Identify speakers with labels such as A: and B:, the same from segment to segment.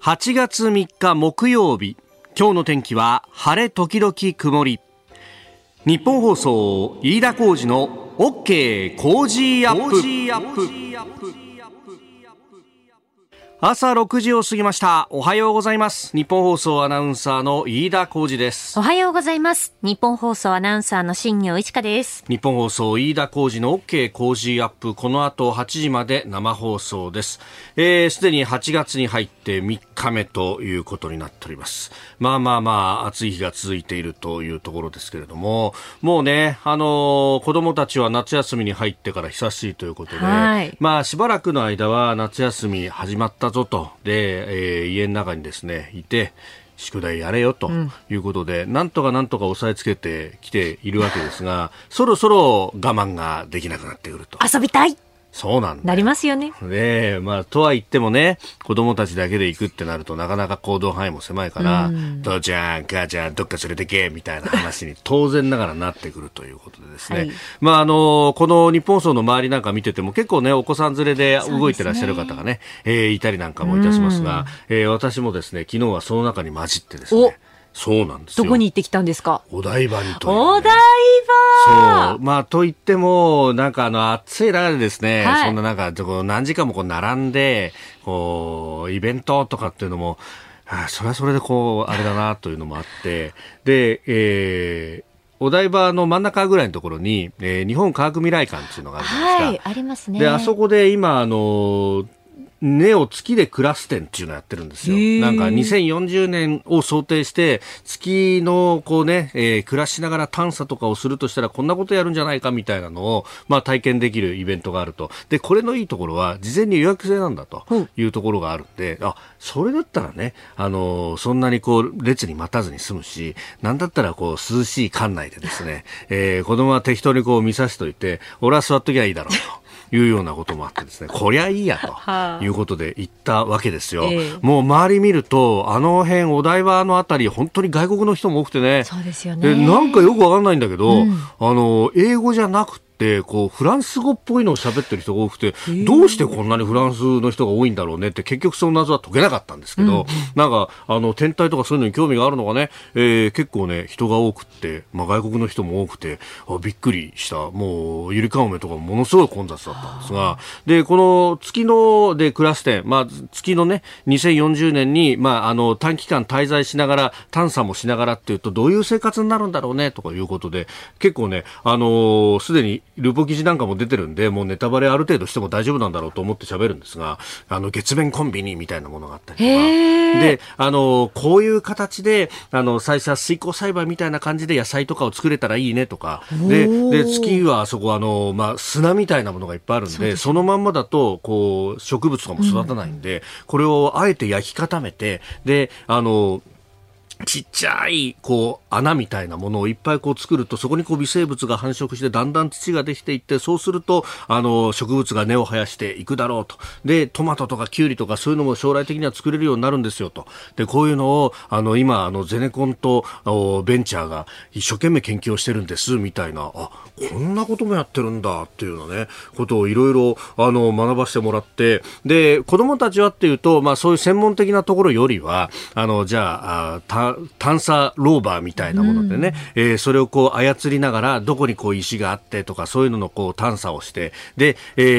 A: 8月3日木曜日、今日の天気は晴れ時々曇り。日本放送飯田浩司の OK 工事アップ。朝6時を過ぎました。おはようございます。日本放送アナウンサーの飯田浩司です。
B: おはようございます。日本放送アナウンサーの新業一華です。
A: 日本放送飯田浩司の OK 工事アップ、この後8時まで生放送です。すでに8月に入って3日目ということになっております。まあ暑い日が続いているというところですけれども、もうね、子供たちは夏休みに入ってから久しいということで、しばらくの間は夏休み始まったぞとで、家の中にですねいて宿題やれよということで、なんとか押さえつけてきているわけですが、そろそろ我慢ができなくなってくると。
B: 遊びたい、
A: そうなんだ
B: なりますよね。
A: とは言ってもね、子供たちだけで行くってなるとなかなか行動範囲も狭いから、父ちゃん母ちゃんどっか連れてけみたいな話に当然ながらなってくるということでですね、この日本放送の周りなんか見てても結構ね、お子さん連れで動いてらっしゃる方がね、いたりなんかもいたしますが、私もですね、昨日はその中に混じってですね、そうなんですよ。
B: どこに行ってきたんですか？
A: お台場にという、ね、
B: お台場。
A: そう、と言ってもなんか暑い中でですね、そんななんか何時間も並んでイベントとかっていうのも、それはそれであれだなというのもあって、で、お台場の真ん中ぐらいのところに、日本科学未来館っていうのがあるじゃないですか。
B: ありますね。
A: で、あそこで今ネオ月で暮らす展っていうのをやってるんですよ。なんか2040年を想定して月の暮らしながら探査とかをするとしたらこんなことやるんじゃないかみたいなのを、体験できるイベントがあると。で、これのいいところは事前に予約制なんだというところがあるんで、それだったらね、そんなに列に待たずに済むし、なんだったら涼しい館内でですね、子供は適当に見させといて、俺は座っときゃいいだろうと。いうようなこともあってですね、こりゃいいやということで行ったわけですよ。もう周り見ると、あの辺お台場のあたり本当に外国の人も多くてね。
B: そうですよね。
A: なんかよくわかんないんだけど、英語じゃなくてフランス語っぽいのを喋ってる人が多くて、どうしてこんなにフランスの人が多いんだろうねって結局その謎は解けなかったんですけど、なんか天体とかそういうのに興味があるのがね、結構ね人が多くって、外国の人も多くてびっくりした。もうゆりかもめとかものすごい混雑だったんですが、でこの月ので暮らす展、月のね2040年に短期間滞在しながら探査もしながらっていうとどういう生活になるんだろうねとかいうことで、結構ねすでにルポ記事なんかも出てるんで、もうネタバレある程度しても大丈夫なんだろうと思って喋るんですが、月面コンビニみたいなものがあったりとかで、こういう形で最初は水耕栽培みたいな感じで野菜とかを作れたらいいねとかで月はあそこ砂みたいなものがいっぱいあるんで、そのまんまだと植物とかも育たないんで、これをあえて焼き固めて、でちっちゃい穴みたいなものをいっぱい作ると、そこに微生物が繁殖してだんだん土ができていって、そうすると植物が根を生やしていくだろうと。でトマトとかキュウリとかそういうのも将来的には作れるようになるんですよと。でこういうのを今ゼネコンとベンチャーが一生懸命研究をしてるんですみたいな、こんなこともやってるんだっていうようなねことをいろいろ学ばせてもらって、で子供たちはっていうと、そういう専門的なところよりはじゃあ探査ローバーみたいなものでね、それを操りながらどこに石があってとかそういうのの探査をして、で、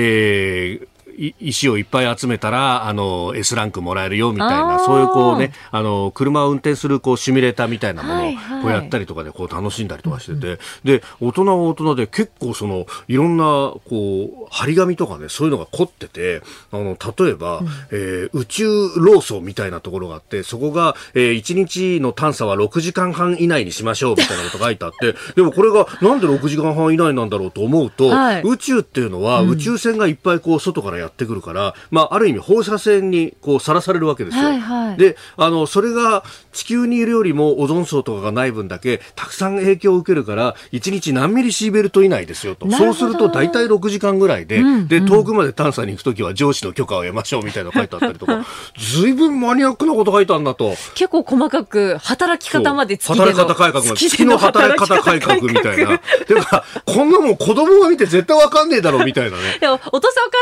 A: 石をいっぱい集めたらS ランクもらえるよみたいな、そういう車を運転するシミュレーターみたいなものをやったりとかで楽しんだりとかしてて、で大人は大人で結構いろんな張り紙とかね、そういうのが凝ってて、例えば、宇宙労組みたいなところがあって、そこが、1日の探査は6時間半以内にしましょうみたいなことが書いてあってでもこれがなんで6時間半以内なんだろうと思うと、宇宙っていうのは宇宙船がいっぱい外からやってくるから、ある意味放射線にさらされるわけですよ。でそれが地球にいるよりもオゾン層とかがない分だけたくさん影響を受けるから1日何ミリシーベルト以内ですよと。そうすると大体6時間ぐらいで、で遠くまで探査に行くときは上司の許可を得ましょうみたいなの書いてあったりとかずいぶんマニアックなこと書いてあるんだと。
B: 結構細かく働き方まで
A: 働き方改革、月の働き方改革みたいな。てかこんなもん子供が見て絶対わかんねえだろみたいなね。
B: でもお父さんお母さんが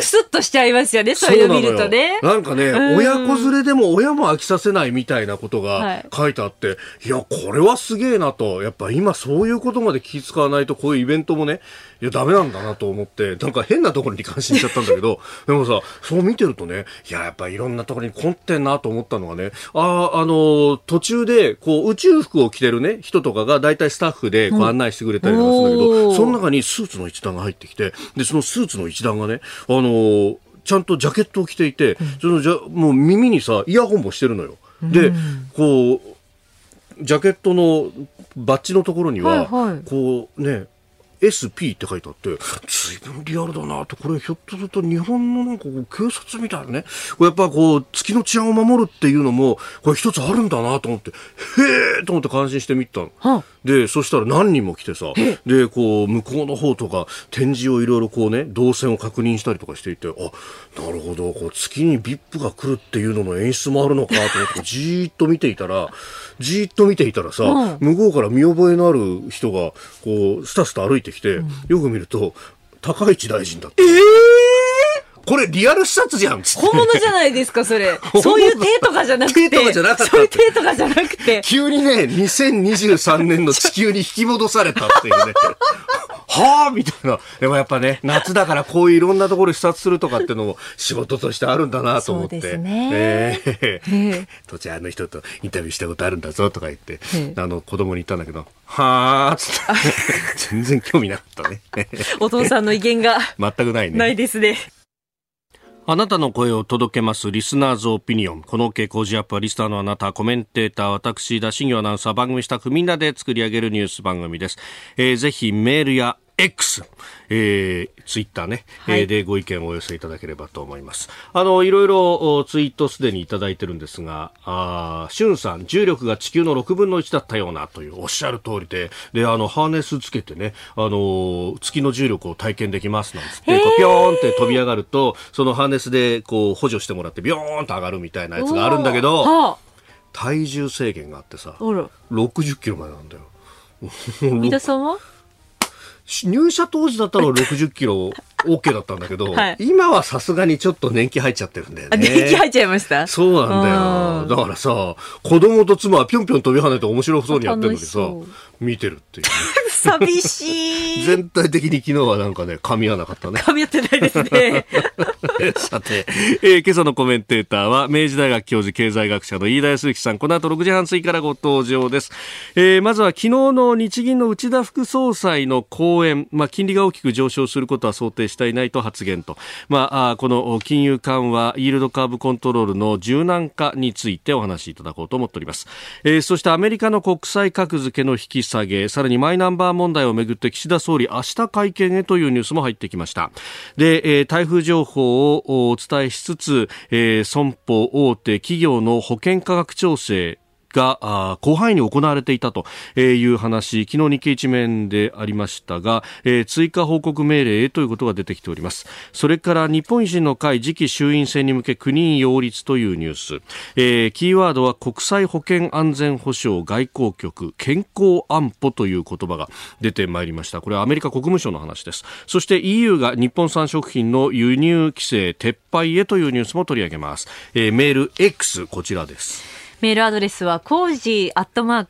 B: クスッとしちゃいますよね、そういうの見るとね。
A: なんかね、親子連れでも親も飽きさせないみたいなことが書いてあって、いや、これはすげえなと。やっぱ今そういうことまで気遣わないとこういうイベントもね、いや、ダメなんだなと思って、なんか変なところに関心しちゃったんだけど、でもさ、そう見てるとね、いや、やっぱいろんなところに凝ってんなと思ったのがね、途中で、こう、宇宙服を着てるね、人とかが大体スタッフでこう案内してくれたりとかするんだけど、その中にスーツの一団が入ってきて、で、そのスーツの一団がね、ちゃんとジャケットを着ていて、もう耳にさ、イヤホンもしてるのよ。で、こう、ジャケットのバッジのところには、こうね、SP って書いてあって、随分リアルだなと、これひょっとすると日本のなんかこう警察みたいなね、やっぱこう月の治安を守るっていうのもこれ一つあるんだなと思って、へーと思って感心してみたの。で、そしたら何人も来てさ、で、こう向こうの方とか展示をいろいろこうね、動線を確認したりとかしていて、あ、なるほど、こう月に VIP が来るっていうのの演出もあるのかと思ってじーっと見ていたらさ、向こうから見覚えのある人がこうスタスタ歩いてきて、よく見ると高市大臣だった。これリアル視察じゃんっつって。
B: 本物じゃないですか、それ。そういう手とかじゃなくて。そういう手とかじゃなくて。
A: 急にね、2023年の地球に引き戻されたっていうね。はぁみたいな。でもやっぱね、夏だからこういういろんなところ視察するとかっていうのも仕事としてあるんだなと思って。そうですね。土地の人とインタビューしたことあるんだぞとか言って、子供に言ったんだけど、はぁつって。全然興味なかったね。
B: お父さんの威厳が。
A: 全くないね。
B: ないですね。
A: あなたの声を届けますリスナーズオピニオン。この OK 工事アップはリスナーのあなた、コメンテーター、私、田新業アナウンサー、番組スタッフみんなで作り上げるニュース番組です。ぜひメールやX、ツイッターね、でご意見をお寄せいただければと思います。いろいろツイートすでにいただいてるんですが、しゅんさん、重力が地球の6分の1だったようなというおっしゃる通りで、ハーネスつけてね、月の重力を体験できますなんつって、こうピョーンって飛び上がると、そのハーネスでこう補助してもらってビョーンと上がるみたいなやつがあるんだけど、体重制限があってさ、60キロまでなんだよ。
B: 三田さんは
A: 入社当時だったら60キロ OK だったんだけど、今はさすがにちょっと年季入っちゃってるんだよね。
B: 年季入っちゃいました。
A: そうなんだよ。だからさ、子供と妻はぴょんぴょん飛び跳ねて面白そうにやってるのにさ、見てるっていう、ね。
B: 寂しい。
A: 全体的に昨日はなんかね、噛み合わなかったね。
B: 噛み合ってないですね。
A: さて、今朝のコメンテーターは、明治大学教授経済学者の飯田康之さん、この後6時半過ぎからご登場です。まずは昨日の日銀の内田副総裁の講演、金利が大きく上昇することは想定していないと発言と、この金融緩和、イールドカーブコントロールの柔軟化についてお話しいただこうと思っております。そしてアメリカの国債格付けの引き下げ、さらにマイナンバー問題をめぐって岸田総理明日会見へというニュースも入ってきました。で、台風情報をお伝えしつつ、損保大手企業の保険価格調整が広範囲に行われていたという話、昨日日経一面でありましたが、追加報告命令へということが出てきております。それから日本維新の会次期衆院選に向け9人擁立というニュース、キーワードは国際保健安全保障外交局健康安保という言葉が出てまいりました。これはアメリカ国務省の話です。そして EU が日本産食品の輸入規制撤廃へというニュースも取り上げます。メール X こちらです。
B: メールアドレスはコージー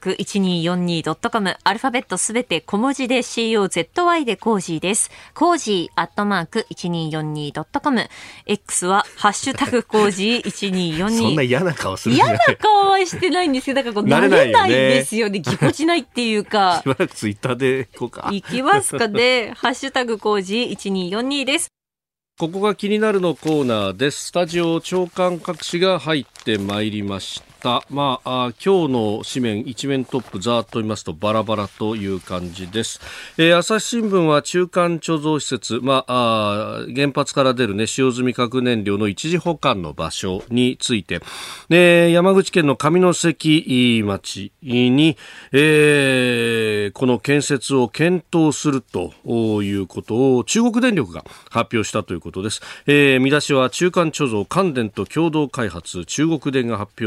B: @1242.com、アルファベットすべて小文字で COZY でコージーです。コージー@1242.com、X はハッシュタグコージー1242。
A: そんな嫌な顔するんじゃない。
B: 嫌な顔はしてないんですけど、だからこう慣れないですよね。ぎこちないっていうか。
A: しばらくツイッターでいこうか。
B: いきますかね。ハッシュタグコージー1242です。
A: ここが気になるのコーナーです。スタジオ長官各紙が入ってまいりました。今日の紙面一面トップざーっと見ますとバラバラという感じです。朝日新聞は中間貯蔵施設、原発から出る、使用済み核燃料の一時保管の場所について、山口県の上関町に、この建設を検討するということを中国電力が発表したということです。見出しは中間貯蔵関電と共同開発、中国電が発表、上関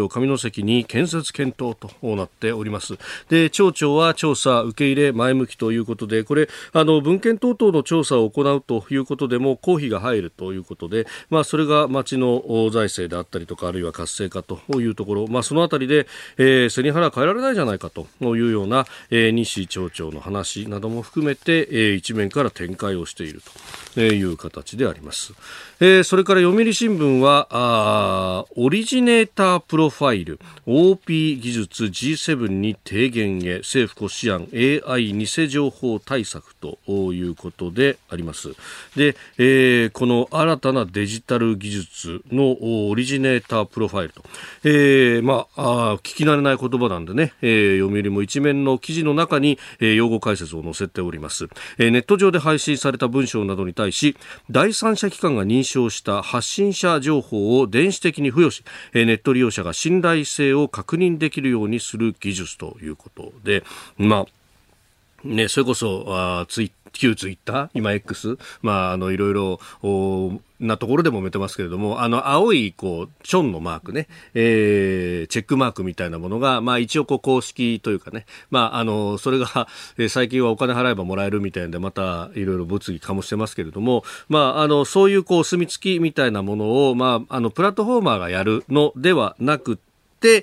A: 席に建設検討となっております。で、町長は調査受け入れ前向きということで、これ文献等々の調査を行うということでも公費が入るということで、それが町の財政であったりとか、あるいは活性化というところ、そのあたりで、背に腹は変えられないじゃないかというような、西町長の話なども含めて、一面から展開をしているという形であります。それから読売新聞はオリジネータープロファイル OP 技術 G7 に提言へ政府骨子案 AI 偽情報対策ということであります。で、この新たなデジタル技術のオリジネータープロファイルと、聞き慣れない言葉なんでね、読売も一面の記事の中に、用語解説を載せております。ネット上で配信された文章などに対し第三者機関が認証した発信者情報を電子的に付与し、ネット利用者が信頼性を確認できるようにする技術ということで、それこそ旧ツイッター、今 X、いろいろなところでもめてますけれども、青いチョンのマークね、チェックマークみたいなものが、一応公式というかね、それが、最近はお金払えばもらえるみたいで、またいろいろ物議かもしてますけれども、そういうお墨付きみたいなものを、プラットフォーマーがやるのではなくで、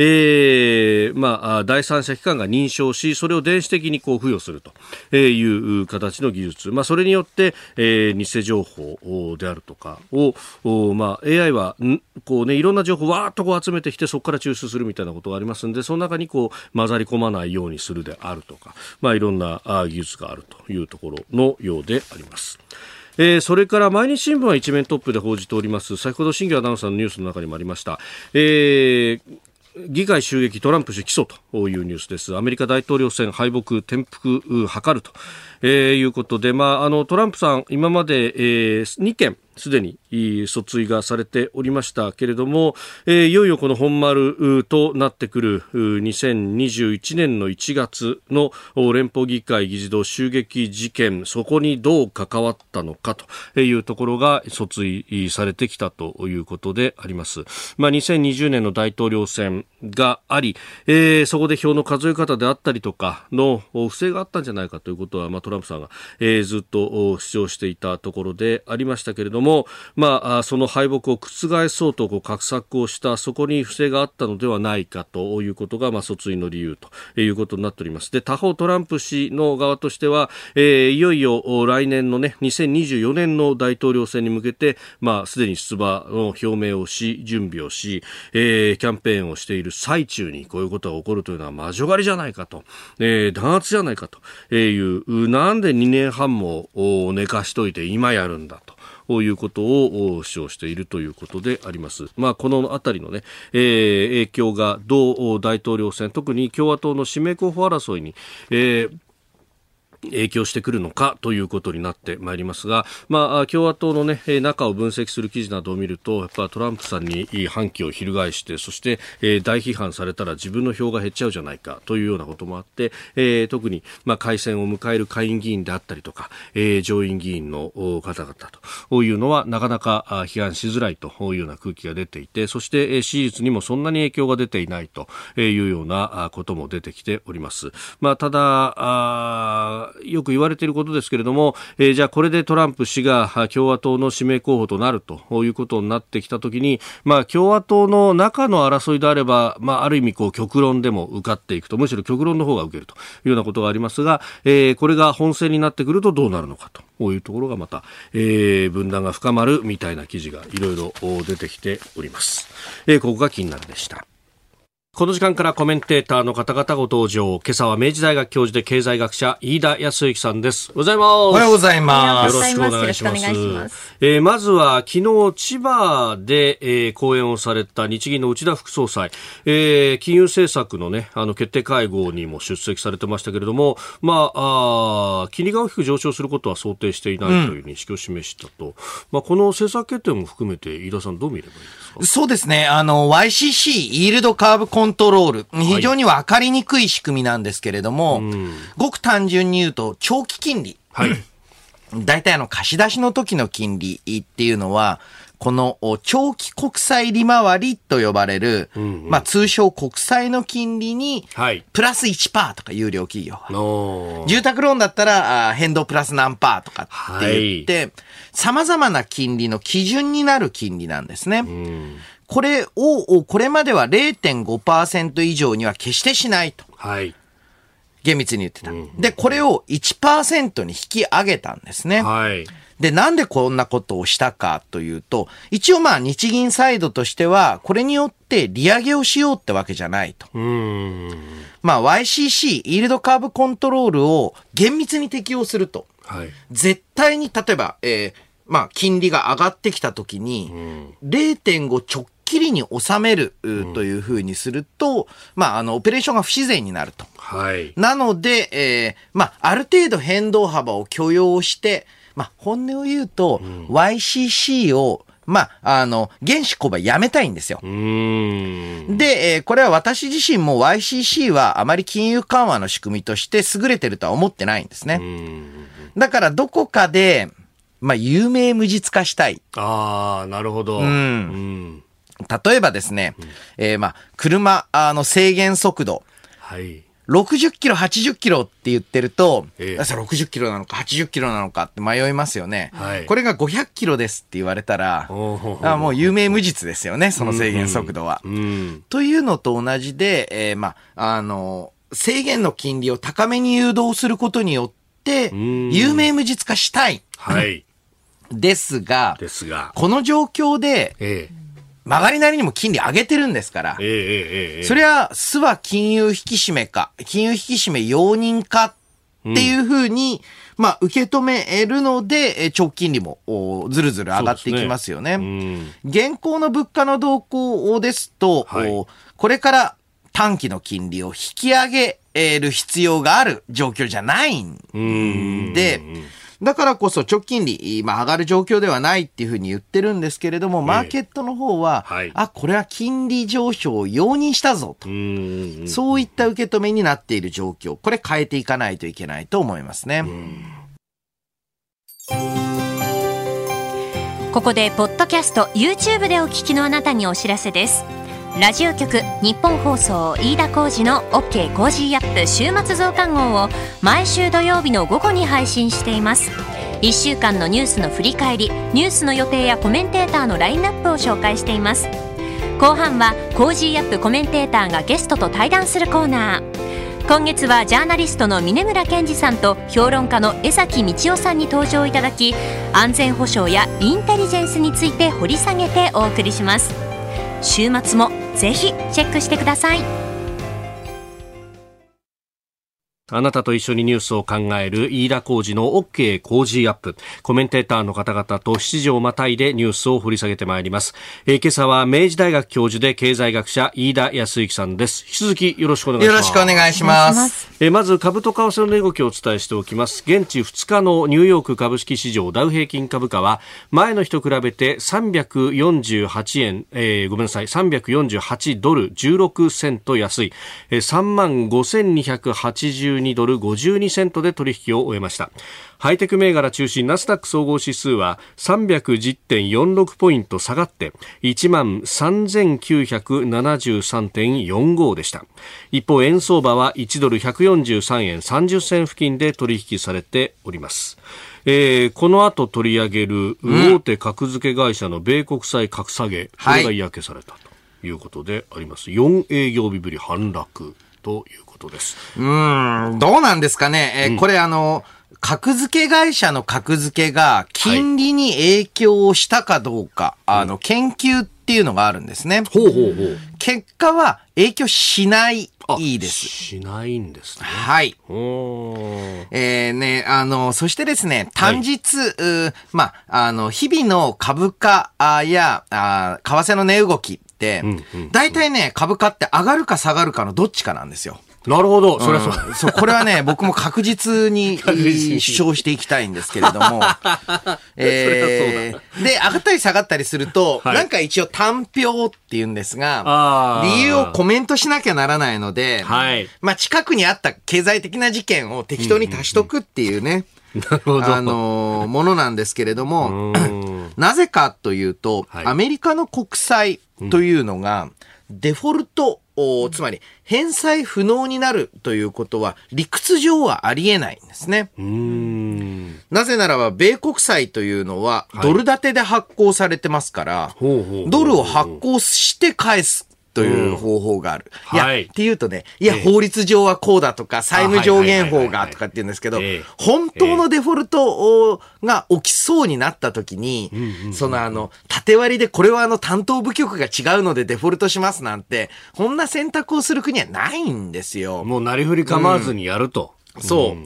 A: 第三者機関が認証し、それを電子的に付与するという形の技術、それによって、偽情報であるとかを、AI はいろんな情報をわーっと集めてきて、そこから抽出するみたいなことがありますので、その中に混ざり込まないようにするであるとか、いろんな技術があるというところのようであります。それから毎日新聞は一面トップで報じております。先ほど新業アナウンサーのニュースの中にもありました、議会襲撃トランプ氏起訴というニュースです。アメリカ大統領選敗北転覆図ると、いうことで、トランプさん今まで、2件すでに訴追がされておりましたけれども、いよいよこの本丸となってくる2021年の1月の連邦議会議事堂襲撃事件、そこにどう関わったのかというところが訴追されてきたということであります。2020年の大統領選があり、そこで票の数え方であったりとかの不正があったんじゃないかということは、トランプさんが、ずっと主張していたところでありましたけれども、その敗北を覆そうと画策をした、そこに不正があったのではないかということが、訴追の理由ということになっております。で、他方トランプ氏の側としては、いよいよ来年のね2024年の大統領選に向けて、すでに出馬の表明をし、準備をし、キャンペーンをしている最中にこういうことが起こるというのは魔女狩りじゃないかと、弾圧じゃないかという、なんで2年半も寝かしといて今やるんだということを主張しているということであります。このあたりのね、影響が同大統領選、特に共和党の指名候補争いに、影響してくるのかということになってまいりますが、共和党の、中を分析する記事などを見ると、やっぱトランプさんに反旗を翻して、そして、大批判されたら自分の票が減っちゃうじゃないかというようなこともあって、特に、改選を迎える下院議員であったりとか、上院議員の方々というのはなかなか批判しづらいというような空気が出ていて、そして支持率にもそんなに影響が出ていないというようなことも出てきております。ただよく言われていることですけれども、じゃあこれでトランプ氏が共和党の指名候補となるということになってきたときに、共和党の中の争いであれば、ある意味極論でも受かっていくと、むしろ極論の方が受けるというようなことがありますが、これが本戦になってくるとどうなるのかというところがまた、分断が深まるみたいな記事がいろいろ出てきております。ここが気になるでした。この時間からコメンテーターの方々ご登場。今朝は明治大学教授で経済学者飯田康之さんです。おはようございます。
C: おはようございます。
A: よろしくお願いします。まずは昨日千葉で、講演をされた日銀の内田副総裁、金融政策のね決定会合にも出席されてましたけれども、金利が大きく上昇することは想定していないという認識を示したと、この政策決定も含めて飯田さんどう見ればいいですか？
C: そうですね。YCC イールドカーブコントロール、非常に分かりにくい仕組みなんですけれども、ごく単純に言うと長期金利、大体貸し出しの時の金利っていうのはこの長期国債利回りと呼ばれる、通称国債の金利に、プラス 1% とか有料企業は。住宅ローンだったら変動プラス何パーとかって言って、様々な金利の基準になる金利なんですね。これまでは 0.5% 以上には決してしないと。厳密に言ってた。で、これを 1% に引き上げたんですね。で、なんでこんなことをしたかというと、一応日銀サイドとしては、これによって利上げをしようってわけじゃないと。YCC、イールドカーブコントロールを厳密に適用すると。絶対に、例えば、金利が上がってきたときに、0.5 直きりに収めるというふうにすると、オペレーションが不自然になると。なので、ある程度変動幅を許容して、本音を言うと、YCC を、原資購買やめたいんですよ。で、これは私自身も YCC はあまり金融緩和の仕組みとして優れてるとは思ってないんですね。だからどこかで、有名無実化したい。
A: なるほど。
C: 例えばですね、車の制限速度。60キロ、80キロって言ってると、60キロなのか80キロなのかって迷いますよね。これが500キロですって言われたら、もう有名無実ですよね、その制限速度は。というのと同じで、制限の金利を高めに誘導することによって、有名無実化したい。ですが、この状況で、曲がりなりにも金利上げてるんですから、それは、巣は金融引き締めか、金融引き締め容認かっていうふうに、受け止めるので、長期金利もずるずる上がっていきますよね。現行の物価の動向ですと、これから短期の金利を引き上げる必要がある状況じゃないんで、だからこそ直近利、上がる状況ではないっていうふうに言ってるんですけれども、マーケットの方は、これは金利上昇を容認したぞと。そういった受け止めになっている状況。これ変えていかないといけないと思いますね。
B: ここで、ポッドキャスト、YouTube でお聞きのあなたにお知らせです。ラジオ局日本放送飯田浩司の OK コージーアップ週末増刊号を毎週土曜日の午後に配信しています。1週間のニュースの振り返り、ニュースの予定やコメンテーターのラインナップを紹介しています。後半はコージーアップコメンテーターがゲストと対談するコーナー。今月はジャーナリストの峯村健二さんと評論家の江崎道夫さんに登場いただき、安全保障やインテリジェンスについて掘り下げてお送りします。週末もぜひチェックしてください。
A: あなたと一緒にニュースを考える飯田浩司の OK コージーアップ。コメンテーターの方々と7時をまたいでニュースを掘り下げてまいります。今朝は明治大学教授で経済学者飯田康之さんです。引き続きよろしくお願いします。
C: よろしくお願いします。
A: まず株と為替の値動きをお伝えしておきます。現地2日のニューヨーク株式市場ダウ平均株価は前の日と比べて348円、348ドル16セント安い35,282ドル52セントで取引を終えました。ハイテク銘柄中心ナスダック総合指数は 310.46 ポイント下がって13,973.45 でした。一方円相場は1ドル143円30銭付近で取引されております。この後取り上げる大手格付け会社の米国債格下げ、これが嫌気されたということであります。4営業日ぶり反落ということです。
C: どうなんですかね。これ格付け会社の格付けが金利に影響をしたかどうか、研究っていうのがあるんですね。結果は影響しないです。
A: しないんですね。
C: はい。そしてですね、単日、日々の株価や為替の値動きって、大体ね、株価って上がるか下がるかのどっちかなんですよ。
A: なるほど。それは
C: そう。これはね、僕も確実に主張していきたいんですけれども。で、上がったり下がったりすると、なんか一応単票って言うんですが、理由をコメントしなきゃならないので、近くにあった経済的な事件を適当に足しとくっていうね。
A: なるほど。
C: ものなんですけれども、なぜかというと、
A: はい、
C: アメリカの国債というのが、デフォルト、つまり返済不能になるということは理屈上はありえないんですね。なぜならば米国債というのはドル建てで発行されてますから、ドルを発行して返すという方法がある。いや、っていうとね、いや、法律上はこうだとか、債務上限法がとかって言うんですけど、本当のデフォルトが起きそうになった時に、縦割りでこれは担当部局が違うのでデフォルトしますなんて、こんな選択をする国はないんですよ。
A: もうなりふり構わずにやると。
C: そう。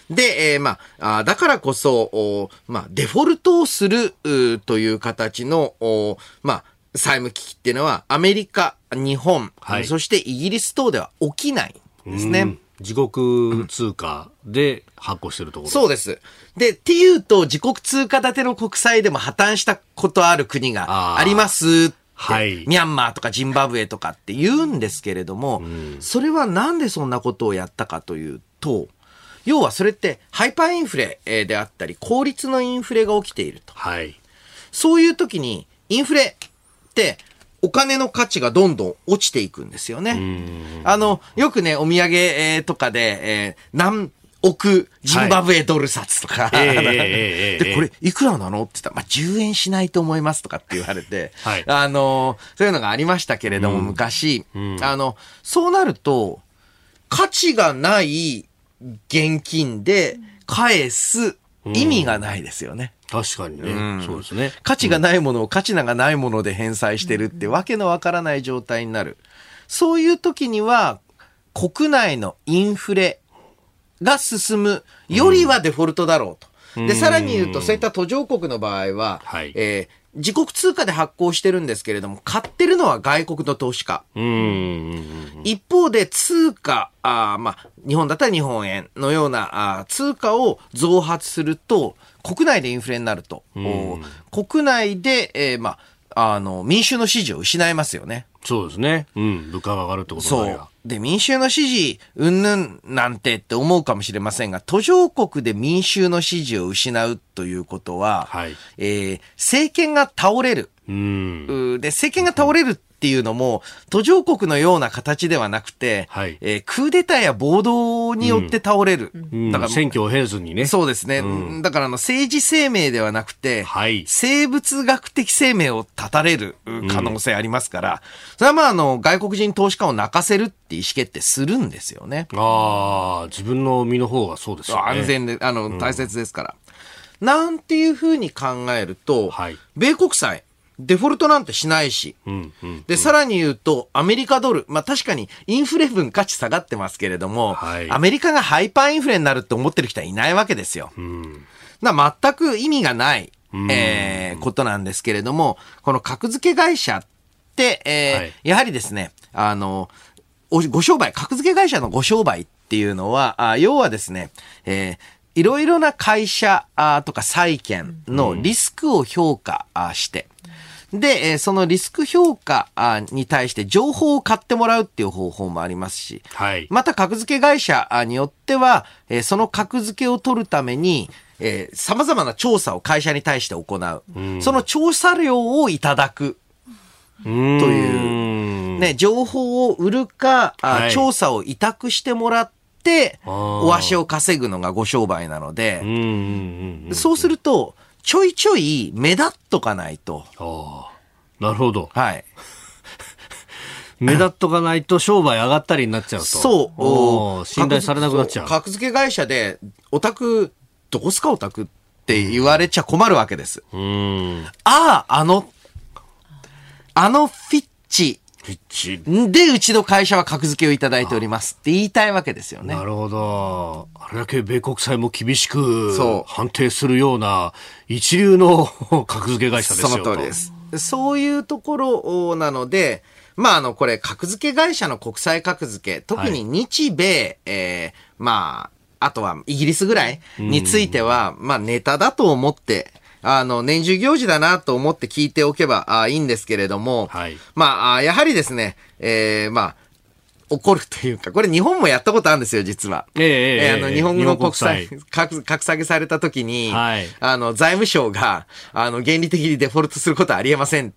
C: で、だからこそ、デフォルトをするという形の、債務危機っていうのはアメリカ、日本、そしてイギリス等では起きないんですね。
A: 自国通貨で発行してるところ、
C: そうです。で、っていうと自国通貨建ての国債でも破綻したことある国がありますって、ミャンマーとかジンバブエとかって言うんですけれども、それはなんでそんなことをやったかというと、要はそれってハイパーインフレであったり、効率のインフレが起きていると。そういう時にインフレってお金の価値がどんどん落ちていくんですよね。よくね、お土産とかで、何億ジンバブエドル札とか、で、これいくらなのって言ったら、10円しないと思いますとかって言われて、そういうのがありましたけれども、昔、そうなると、価値がない現金で返す意味がないですよね。
A: 確かにね、そうですね。
C: 価値がないものを価値がないもので返済してるってわけのわからない状態になる。そういう時には国内のインフレが進むよりはデフォルトだろうと。で、さらに言うとそういった途上国の場合は、自国通貨で発行してるんですけれども、買ってるのは外国の投資家。一方で通貨、日本だったら日本円のような通貨を増発すると、国内でインフレになると、国内で、民衆の支持を失いますよね。
A: そうですね。物価が上がるってことだよ。
C: で、民衆の支持、うんぬんなんてって思うかもしれませんが、途上国で民衆の支持を失うということは、政権が倒れる。で、政権が倒れるっていうのも、途上国のような形ではなくて、クーデターや暴動によって倒れる。
A: だから選挙を経ずにね。
C: そうですね。だから政治生命ではなくて、生物学的生命を絶たれる可能性ありますから、それは外国人投資家を泣かせるって意思決定するんですよね。
A: 自分の身の方がそうですよね。
C: 安全で、大切ですから。なんていうふうに考えると、米国債、デフォルトなんてしないし。で、さらに言うと、アメリカドル。確かにインフレ分価値下がってますけれども、アメリカがハイパーインフレになるって思ってる人はいないわけですよ。全く意味がない、ことなんですけれども、この格付け会社って、やはりですね、ご商売、格付け会社のご商売っていうのは、要はですね、いろいろな会社とか債券のリスクを評価して、で、そのリスク評価に対して情報を買ってもらうっていう方法もありますし、また格付け会社によっては、その格付けを取るために、様々な調査を会社に対して行う。その調査料をいただくという、ね、情報を売るか、調査を委託してもらって、お足を稼ぐのがご商売なので、そうすると、ちょいちょい目立っとかないと。
A: なるほど。目立っとかないと商売上がったりになっちゃうと。
C: そう。
A: 信頼されなくなっちゃう。
C: 格付け会社で、オタク、どこすかオタクって言われちゃ困るわけです。あのフィッチ。で、うちの会社は格付けをいただいておりますって言いたいわけですよね。
A: なるほど。あれだけ米国債も厳しく判定するような一流の格付け会社ですよ。
C: その通りです。そういうところなので、これ格付け会社の国際格付け、特に日米、あとはイギリスぐらいについては、ネタだと思って、年中行事だなと思って聞いておけばいいんですけれども、やはりですね、 起こるというか、これ日本もやったことあるんですよ、実は。日本の国債、格下げされた時に、はい、財務省が、原理的にデフォルトすることはありえませんって。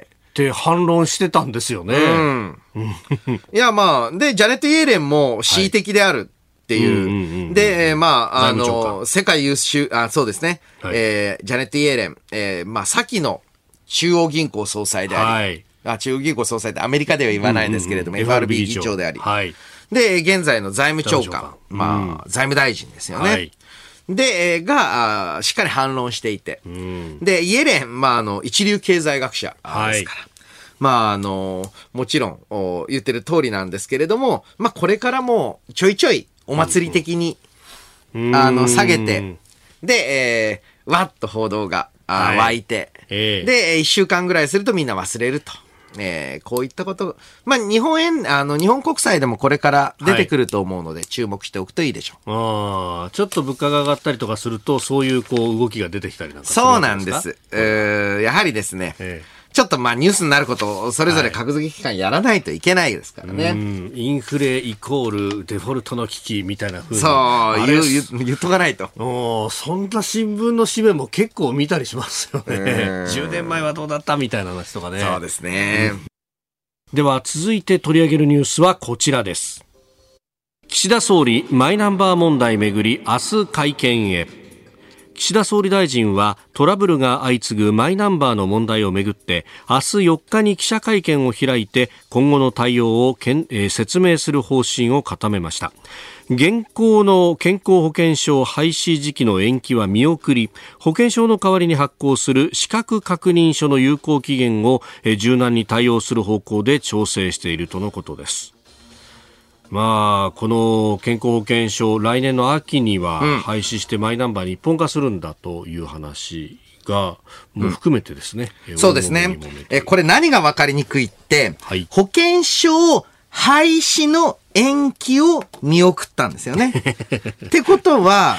A: って反論してたんですよね。
C: いや、まあ、で、ジャネット・イエレンも恣意的であるっていう。で、まあ、世界優秀、そうですね。はい、ジャネット・イエレン、まあ、先の中央銀行総裁であり、はい、中央銀行総裁ってアメリカでは言わないんですけれども、FRB 議長であり、はい、で、現在の財務長官、まあ、財務大臣ですよね。はい、で、しっかり反論していて、で、イエレン、まあ、一流経済学者ですから、はい、まあ、もちろん、言ってる通りなんですけれども、まあ、これからもちょいちょいお祭り的に、下げて、で、わっと報道が、湧いて、で、1週間ぐらいするとみんな忘れると。こういったこと、まあ、日本国債でもこれから出てくると思うので、注目しておくといいでしょう。
A: ちょっと物価が上がったりとかすると、そういう動きが出てきたりなんかするんですか？
C: そうなんです。やはりですね、ちょっとまあニュースになることをそれぞれ格付け機関やらないといけないですからね。
A: インフレイコールデフォルトの危機みたいな風に。
C: そう、言っとかないと。
A: そんな新聞の紙面も結構見たりしますよね。10年前はどうだったみたいな話とかね。
C: そうですね。
A: では続いて取り上げるニュースはこちらです。岸田総理マイナンバー問題めぐり明日会見へ。岸田総理大臣はトラブルが相次ぐマイナンバーの問題をめぐって明日4日に記者会見を開いて今後の対応を説明する方針を固めました。現行の健康保険証廃止時期の延期は見送り、保険証の代わりに発行する資格確認書の有効期限を柔軟に対応する方向で調整しているとのことです。まあ、この健康保険証来年の秋には廃止してマイナンバーに一本化するんだという話がもう含めてですね、
C: そうですね。これ何が分かりにくいって、はい、保険証廃止の延期を見送ったんですよね。ってことは、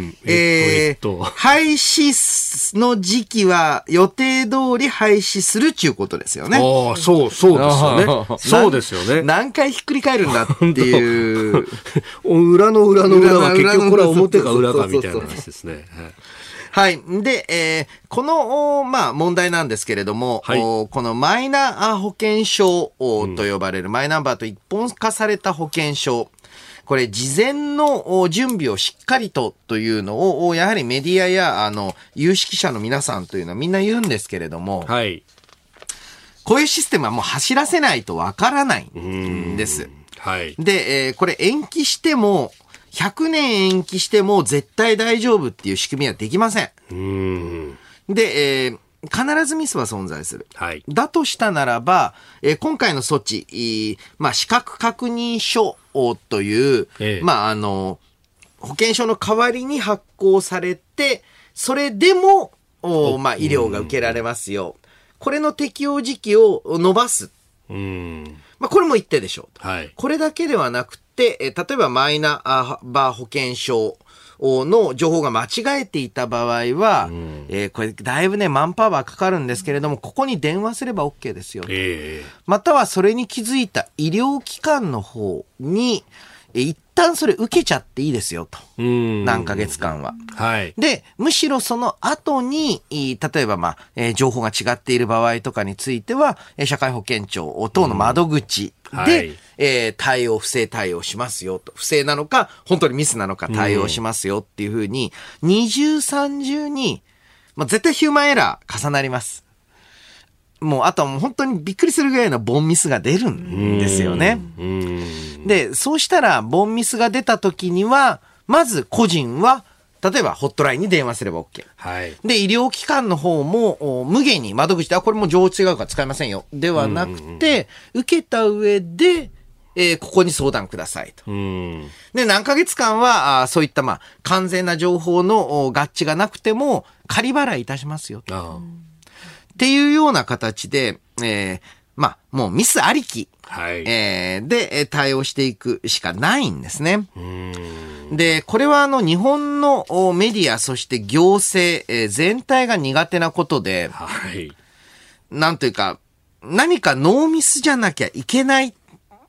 C: 廃止の時期は予定通り廃止するっていうことですよね。
A: そうですよね。そうですよね。
C: 何回ひっくり返るんだっていう。
A: 裏の裏の裏は結局これは表か裏かみたいな話ですね。
C: はい。で、この、まあ、問題なんですけれども、はい、このマイナ保険証と呼ばれる、マイナンバーと一本化された保険証。これ、事前の準備をしっかりというのを、やはりメディアや、有識者の皆さんというのはみんな言うんですけれども、はい、こういうシステムはもう走らせないとわからないんです。はい、で、これ延期しても、100年延期しても絶対大丈夫っていう仕組みはできません。で、必ずミスは存在する。はい、だとしたならば、今回の措置、まあ、資格確認書という、まあ、保険証の代わりに発行されて、それでも、まあ、医療が受けられますよ。これの適用時期を延ばす。まあ、これも一定でしょう。はい、これだけではなくて、例えばマイナバー保険証の情報が間違えていた場合は、これだいぶね、マンパワーかかるんですけれども、ここに電話すれば OK ですよ。またはそれに気づいた医療機関の方に、一旦それ受けちゃっていいですよと。何ヶ月間は。はい。で、むしろその後に、例えばまあ、情報が違っている場合とかについては、社会保険庁等の窓口で、不正対応しますよと。不正なのか、本当にミスなのか対応しますよっていうふうに、二重三重に、まあ、絶対ヒューマンエラー重なります。もう、あとはもう本当にびっくりするぐらいのボンミスが出るんですよね。で、そうしたら、ボンミスが出た時には、まず個人は、例えばホットラインに電話すれば OK。はい。で、医療機関の方も、無限に窓口で、これも情報違うから使えませんよ。ではなくて、受けた上で、ここに相談くださいと。で、何ヶ月間は、そういった、まあ、完全な情報の合致がなくても、仮払いいたしますよと。っていうような形で、まあ、もうミスありき、はい、で、対応していくしかないんですね。で、これは日本のメディア、そして行政、全体が苦手なことで、はい、なんというか、何かノーミスじゃなきゃいけないっ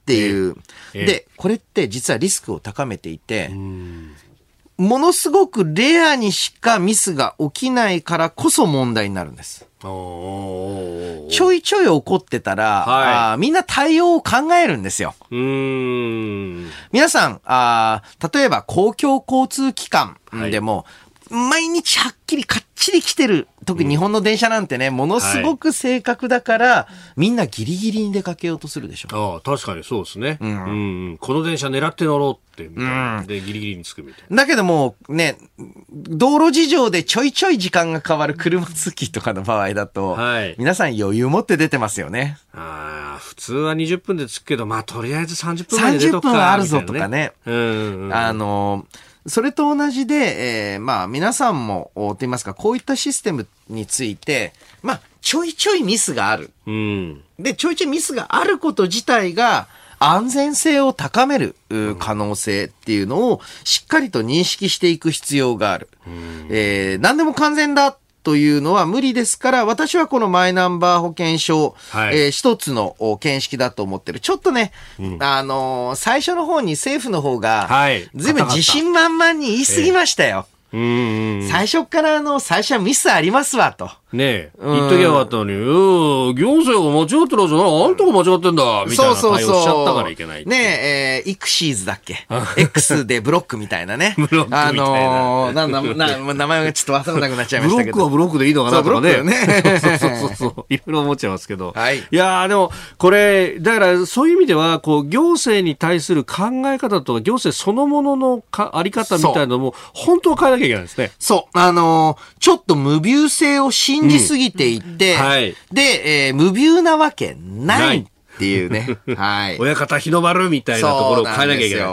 C: っていう。で、これって実はリスクを高めていて、ものすごくレアにしかミスが起きないからこそ問題になるんです。ちょいちょい起こってたら、みんな対応を考えるんですよ。皆さん、例えば公共交通機関でも、毎日はっきりかっちり来てる。特に日本の電車なんてね、ものすごく正確だから、みんなギリギリに出かけようとするでしょ。
A: 確かにそうですね。この電車狙って乗ろうって、で、ギリギリに着くみたいな。
C: だけども、ね、道路事情でちょいちょい時間が変わる車通勤とかの場合だと、皆さん余裕持って出てますよね。
A: 普通は20分で着くけど、とりあえず30分まで出とくか。
C: 30分あるぞとかね。それと同じで、皆さんも、と言いますか、こういったシステムについて、ちょいちょいミスがある。で、ちょいちょいミスがあること自体が、安全性を高める可能性っていうのをしっかりと認識していく必要がある。何でも完全だというのは無理ですから、私はこのマイナンバー保険証、一つの見識だと思ってる。ちょっとね、最初の方に政府の方が、ずいぶん自信満々に言い過ぎましたよ。最初から最初はミスありますわと。
A: ねえ、言っときゃよかったのに、行政が間違ってるはずな、あんたが間違ってんだ、みたいな対応しちゃったからいけない。
C: ねえ、イクシーズだっけX でブロックみたいなね。
A: ブロックみたい
C: な。名前がちょっとわからなくなっちゃいましたけど。
A: ブロックはブロックでいいのかなとかね。そう。いろいろ思っちゃいますけど。いやでも、これ、だからそういう意味では、行政に対する考え方とか、行政そのもののあり方みたいなのも、本当は変えなきゃいけないですね。
C: そう。ちょっと無ビュー性を信じすぎていって、で、無ビューなわけないっていうね。
A: 親方日の丸みたいなところを変えなきゃいけない。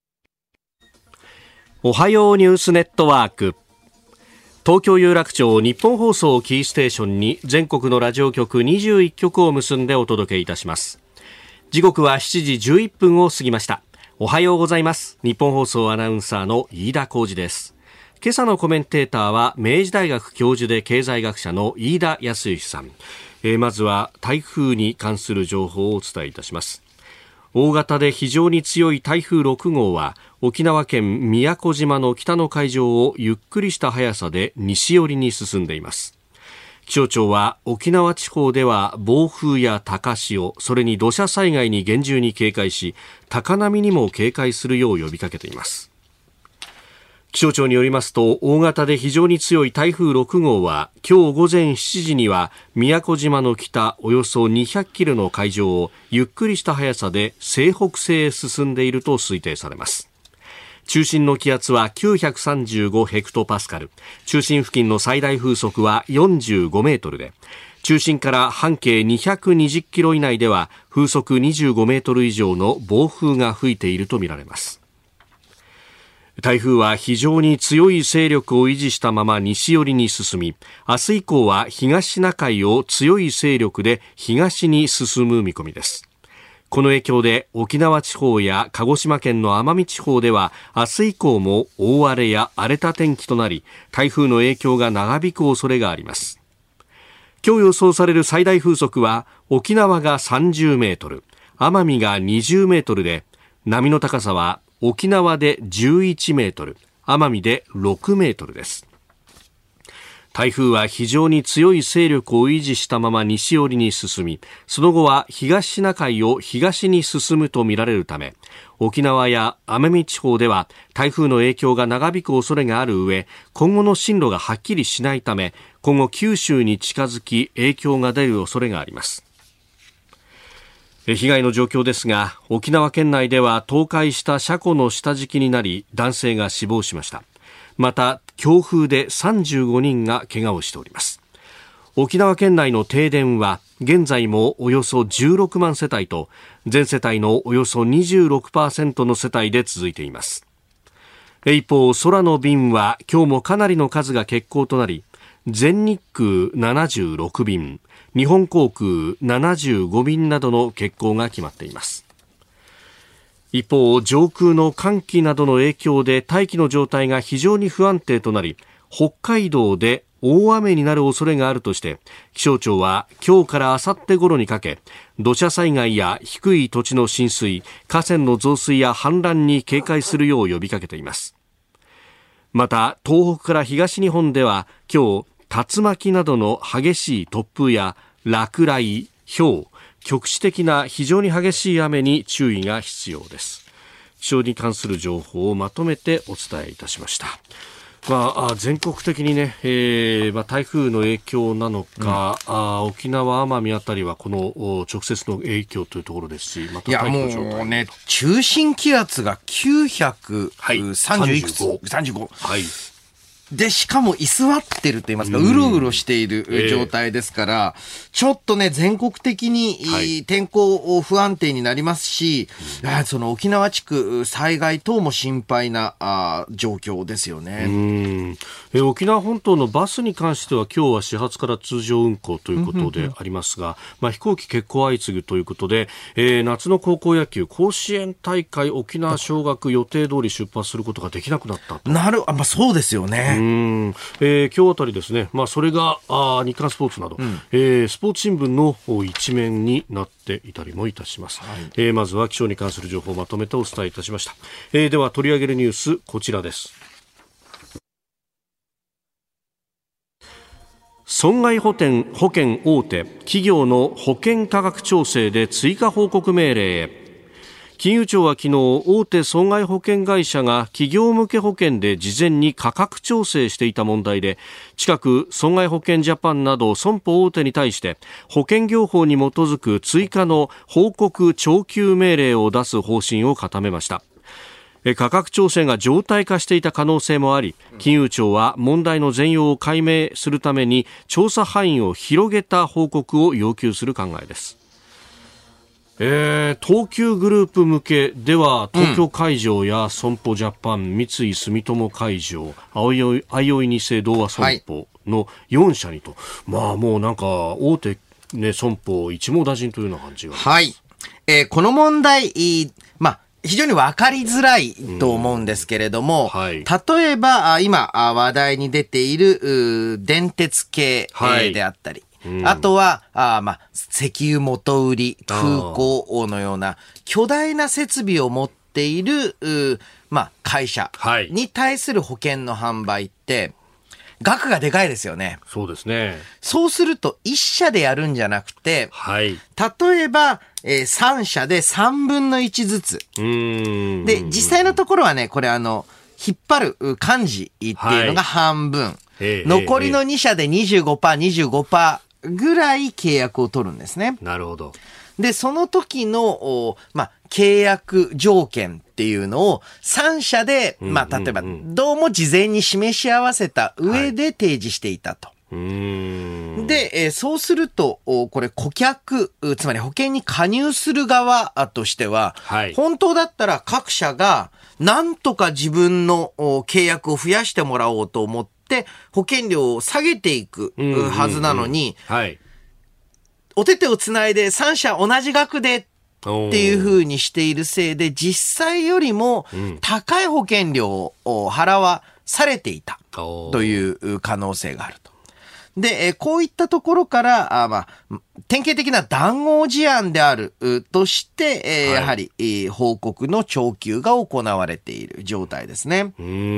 A: おはようニュースネットワーク。東京有楽町日本放送キーステーションに全国のラジオ局21局を結んでお届けいたします。時刻は7時11分を過ぎました。おはようございます。日本放送アナウンサーの飯田浩司です。今朝のコメンテーターは明治大学教授で経済学者の飯田康之さん。まずは台風に関する情報をお伝えいたします。大型で非常に強い台風6号は沖縄県宮古島の北の海上をゆっくりした速さで西寄りに進んでいます。気象庁は沖縄地方では暴風や高潮、それに土砂災害に厳重に警戒し、高波にも警戒するよう呼びかけています。気象庁によりますと、大型で非常に強い台風6号は今日午前7時には宮古島の北およそ200キロの海上をゆっくりした速さで西北西へ進んでいると推定されます。中心の気圧は935ヘクトパスカル、中心付近の最大風速は45メートルで、中心から半径220キロ以内では風速25メートル以上の暴風が吹いているとみられます。台風は非常に強い勢力を維持したまま西寄りに進み、明日以降は東シナ海を強い勢力で東に進む見込みです。この影響で沖縄地方や鹿児島県の奄美地方では明日以降も大荒れや荒れた天気となり、台風の影響が長引く恐れがあります。今日予想される最大風速は沖縄が30メートル、奄美が20メートルで、波の高さは沖縄で11メートル、奄美で6メートルです。台風は非常に強い勢力を維持したまま西寄りに進み、その後は東シナ海を東に進むとみられるため、沖縄や奄美地方では台風の影響が長引く恐れがある上、今後の進路がはっきりしないため、今後九州に近づき影響が出る恐れがあります。被害の状況ですが、沖縄県内では倒壊した車庫の下敷きになり、男性が死亡しました。また強風で35人が怪我をしております。沖縄県内の停電は現在もおよそ16万世帯と、全世帯のおよそ 26% の世帯で続いています。一方、空の便は今日もかなりの数が欠航となり、全日空76便、日本航空75便などの欠航が決まっています。一方、上空の寒気などの影響で大気の状態が非常に不安定となり、北海道で大雨になる恐れがあるとして、気象庁は今日から明後日頃にかけ、土砂災害や低い土地の浸水、河川の増水や氾濫に警戒するよう呼びかけています。また東北から東日本では今日、竜巻などの激しい突風や落雷、雹、局地的な非常に激しい雨に注意が必要です。気象に関する情報をまとめてお伝えいたしました。全国的にね、台風の影響なのか、沖縄、奄美あたりはこの直接の影響というところですし、また
C: いやもうね、中心気圧が930いくつ、35。はい。で、しかも居座ってると言いますか、うろうろしている状態ですから、ちょっとね、全国的に天候不安定になりますし、その沖縄地区災害等も心配な状況ですよね。
A: 沖縄本島のバスに関しては今日は始発から通常運行ということでありますが、飛行機欠航相次ぐということで、夏の高校野球甲子園大会沖縄尚学予定通り出発することができなくなったと。
C: そうですよね。
A: 今日あたりですね、それが日刊スポーツなど、スポーツ新聞の一面になっていたりもいたします。まずは気象に関する情報をまとめてお伝えいたしました。では取り上げるニュース、こちらです。損害保険大手企業の保険価格調整で追加報告命令へ。金融庁は昨日、大手損害保険会社が企業向け保険で事前に価格調整していた問題で、近く損害保険ジャパンなど損保大手に対して保険業法に基づく追加の報告徴求命令を出す方針を固めました。価格調整が常態化していた可能性もあり、金融庁は問題の全容を解明するために調査範囲を広げた報告を要求する考えです。東急グループ向けでは東京海上や損保ジャパン、三井住友海上、あいおいニセ同和損保の4社にと、もうなんか大手、損保一網打尽というような感じがあります。
C: はい。この問題、非常に分かりづらいと思うんですけれども、例えば今話題に出ている電鉄系であったり、あとは、石油元売り、空港のような巨大な設備を持っている、会社に対する保険の販売って、額がでかいですよね。
A: そうですね。
C: そうすると、1社でやるんじゃなくて、例えば、3社で3分の1ずつ。で、実際のところはね、これ引っ張る幹事っていうのが半分。残りの2社で 25%、ぐらい契約を取るんですね。
A: なるほど。
C: で、その時の、契約条件っていうのを3社で、例えば、どうも事前に示し合わせた上で提示していたと。で、そうすると、これ顧客、つまり保険に加入する側としては、本当だったら各社がなんとか自分の契約を増やしてもらおうと思って、保険料を下げていくはずなのに、お手手をつないで3社同じ額でっていう風にしているせいで、実際よりも高い保険料を払わされていたという可能性があると。で、こういったところから、典型的な談合事案であるとして、やはり、報告の徴求が行われている状態ですね。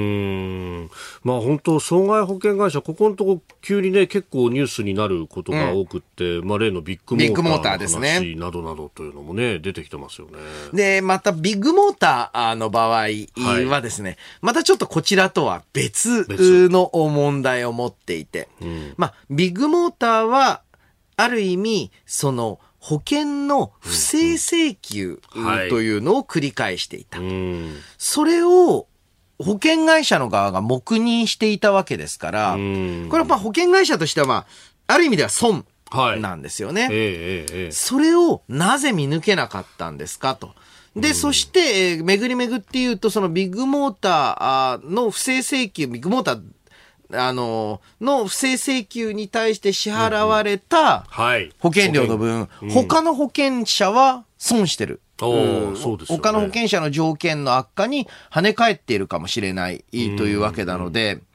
A: 本当損害保険会社、ここのとこ急にね、結構ニュースになることが多くって、例のビッグモーターの話などなどというのもね、出てきてますよね。
C: で、またビッグモーターの場合はですね、またちょっとこちらとは別の問題を持っていて、ビッグモーターは、ある意味、その保険の不正請求というのを繰り返していた。それを保険会社の側が黙認していたわけですから、これは保険会社としては、ある意味では損なんですよね。それをなぜ見抜けなかったんですかと。で、そして、巡り巡って言うと、そのビッグモーターの不正請求、ビッグモーター、の不正請求に対して支払われた保険料の分、他の保険者は損してる。他の保険者の条件の悪化に跳ね返っているかもしれないというわけなので、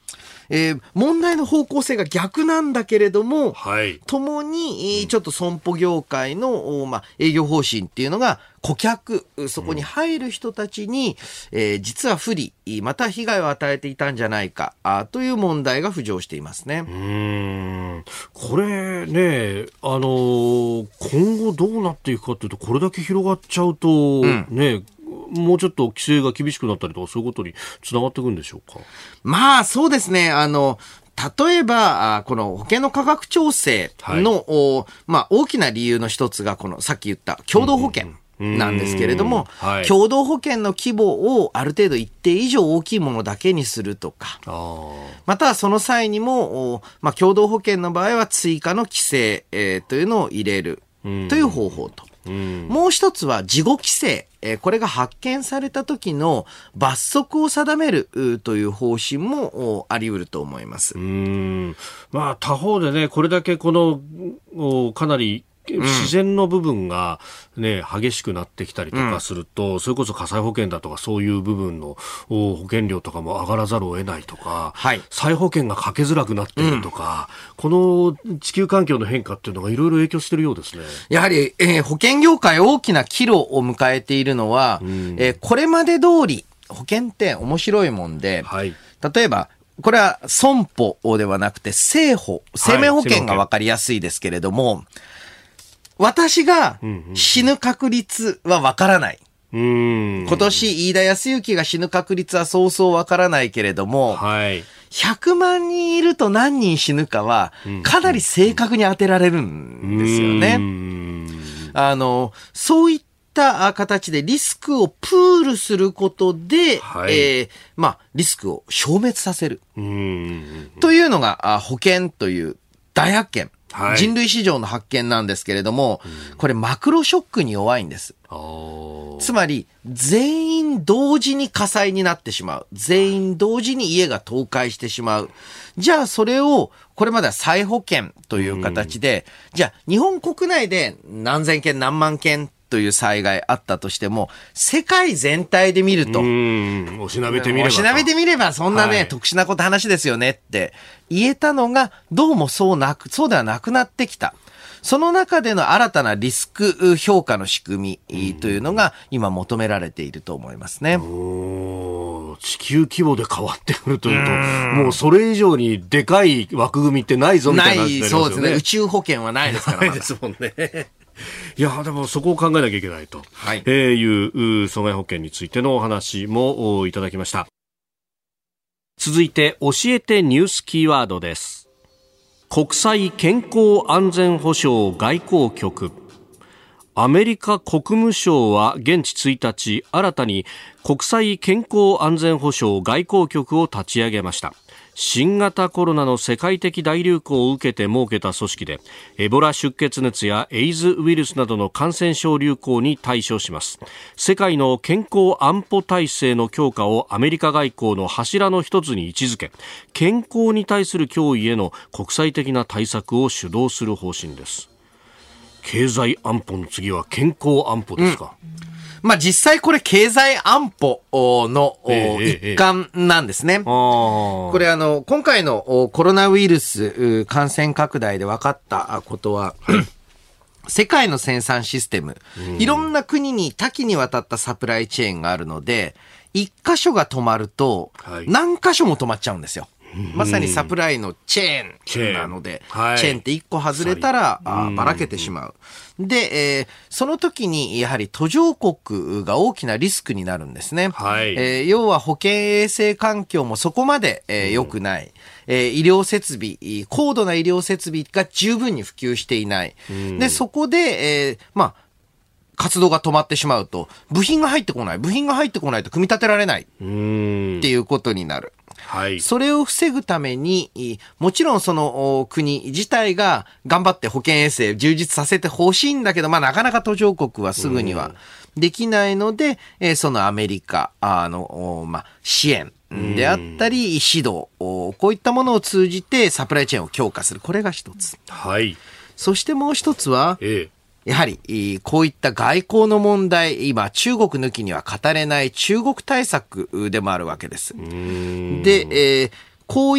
C: 問題の方向性が逆なんだけれども、
A: はい、
C: ともに、ちょっと損保業界の、営業方針っていうのが、顧客、そこに入る人たちに、実は不利、また被害を与えていたんじゃないか、という問題が浮上していますね。
A: これね、今後どうなっていくかというと、これだけ広がっちゃうと、ね、もうちょっと規制が厳しくなったりとか、そういうことにつながっていくんでしょうか。
C: まあ、そうですね。例えば、この保険の価格調整の、大きな理由の一つが、さっき言った共同保険。なんですけれども、共同保険の規模をある程度一定以上大きいものだけにするとか、またはその際にも、共同保険の場合は追加の規制、というのを入れるという方法と、もう一つは事後規制、これが発見された時の罰則を定めるという方針もあり得ると思います。
A: 他方でね、これだけこのかなり自然の部分が、ね、激しくなってきたりとかすると、それこそ火災保険だとかそういう部分の保険料とかも上がらざるを得ないとか、再保険がかけづらくなっているとか、この地球環境の変化っていうのがいろいろ影響しているようですね。
C: やはり、保険業界大きな岐路を迎えているのは、これまで通り保険って面白いもんで、例えばこれは損保ではなくて生命保険が分かりやすいですけれども、私が死ぬ確率はわからない。今年、飯田康之が死ぬ確率はそうそうわからないけれども、100万人いると何人死ぬかは、かなり正確に当てられるんですよね。そういった形でリスクをプールすることで、リスクを消滅させる。というのが、保険という大発見。人類史上の発見なんですけれども、これマクロショックに弱いんです。つまり、全員同時に火災になってしまう。全員同時に家が倒壊してしまう。じゃあそれを、これまでは再保険という形で、じゃあ日本国内で何千件何万件という災害あったとしても、世界全体で見ると、
A: おしなべてみ
C: ればそんなね、特殊な話ですよねって言えたのが、どうもそうではなくなってきた。その中での新たなリスク評価の仕組みというのが今求められていると思いますね。
A: 地球規模で変わってくるというと、もうそれ以上にでかい枠組みってないぞみたいな話になりますよね。
C: そうですね。宇宙保険はないですから。
A: ないですもんね。いやでもそこを考えなきゃいけないと、いう損害保険についてのお話もいただきました。続いて教えてニュースキーワードです。国際健康安全保障外交局。アメリカ国務省は現地1日新たに国際健康安全保障外交局を立ち上げました。新型コロナの世界的大流行を受けて設けた組織で、エボラ出血熱やエイズウイルスなどの感染症流行に対処します。世界の健康安保体制の強化をアメリカ外交の柱の一つに位置づけ、健康に対する脅威への国際的な対策を主導する方針です。経済安保の次は健康安保ですか。
C: 実際これ経済安保の一環なんですね。これ今回のコロナウイルス感染拡大で分かったことは、世界の生産システム、いろんな国に多岐にわたったサプライチェーンがあるので、一箇所が止まると何箇所も止まっちゃうんですよ。まさにサプライのチェーンなので、チェーンって一個外れたらばらけてしまう。で、その時にやはり途上国が大きなリスクになるんですね。要は保健衛生環境もそこまで良くない。医療設備、高度な医療設備が十分に普及していない。で、そこで、活動が止まってしまうと、部品が入ってこないと組み立てられないっていうことになる。それを防ぐために、もちろんその国自体が頑張って保健衛生充実させてほしいんだけど、なかなか途上国はすぐにはできないので、そのアメリカの、支援であったり、指導、こういったものを通じてサプライチェーンを強化する。これが一つ。そしてもう一つは、やはり、こういった外交の問題、今、中国抜きには語れない中国対策でもあるわけです。で、こういっ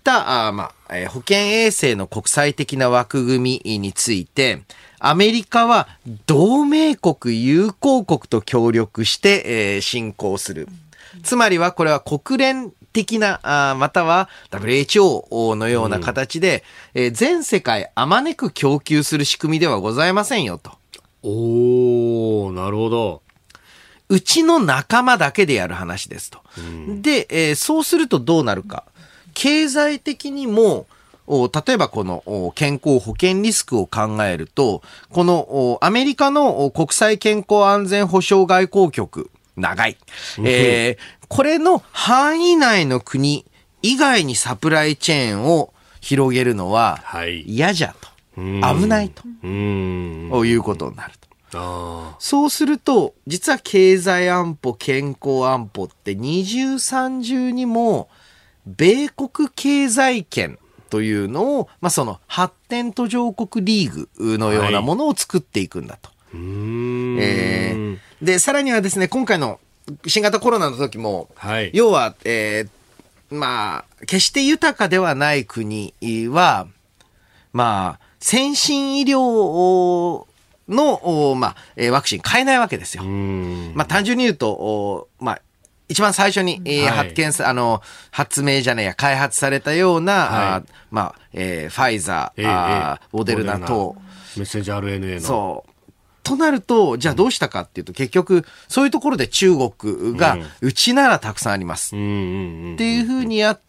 C: った保健衛生の国際的な枠組みについて、アメリカは同盟国、友好国と協力して、進行する。つまりはこれは国連的な、または WHO のような形で、全世界あまねく供給する仕組みではございませんよと。
A: おー、なるほど。
C: うちの仲間だけでやる話ですと。で、そうするとどうなるか。経済的にも、例えばこの健康保険リスクを考えると、このアメリカの国際健康安全保障外交局、長い。これの範囲内の国以外にサプライチェーンを広げるのは嫌じゃと。危ないと。いうことになると。そうすると、実は経済安保、健康安保って二重三重にも、米国経済圏というのを、その発展途上国リーグのようなものを作っていくんだと。で、さらにはですね、今回の新型コロナの時も、要は、決して豊かではない国は、先進医療の、ワクチン買えないわけですよ。単純に言うと、一番最初に、開発されたような、ファイザー、モデルナ等。
A: メッセンジャー RNA の。
C: そう。となると、じゃあどうしたかっていうと、結局、そういうところで中国が、うちならたくさんあります。っていうふうにやって、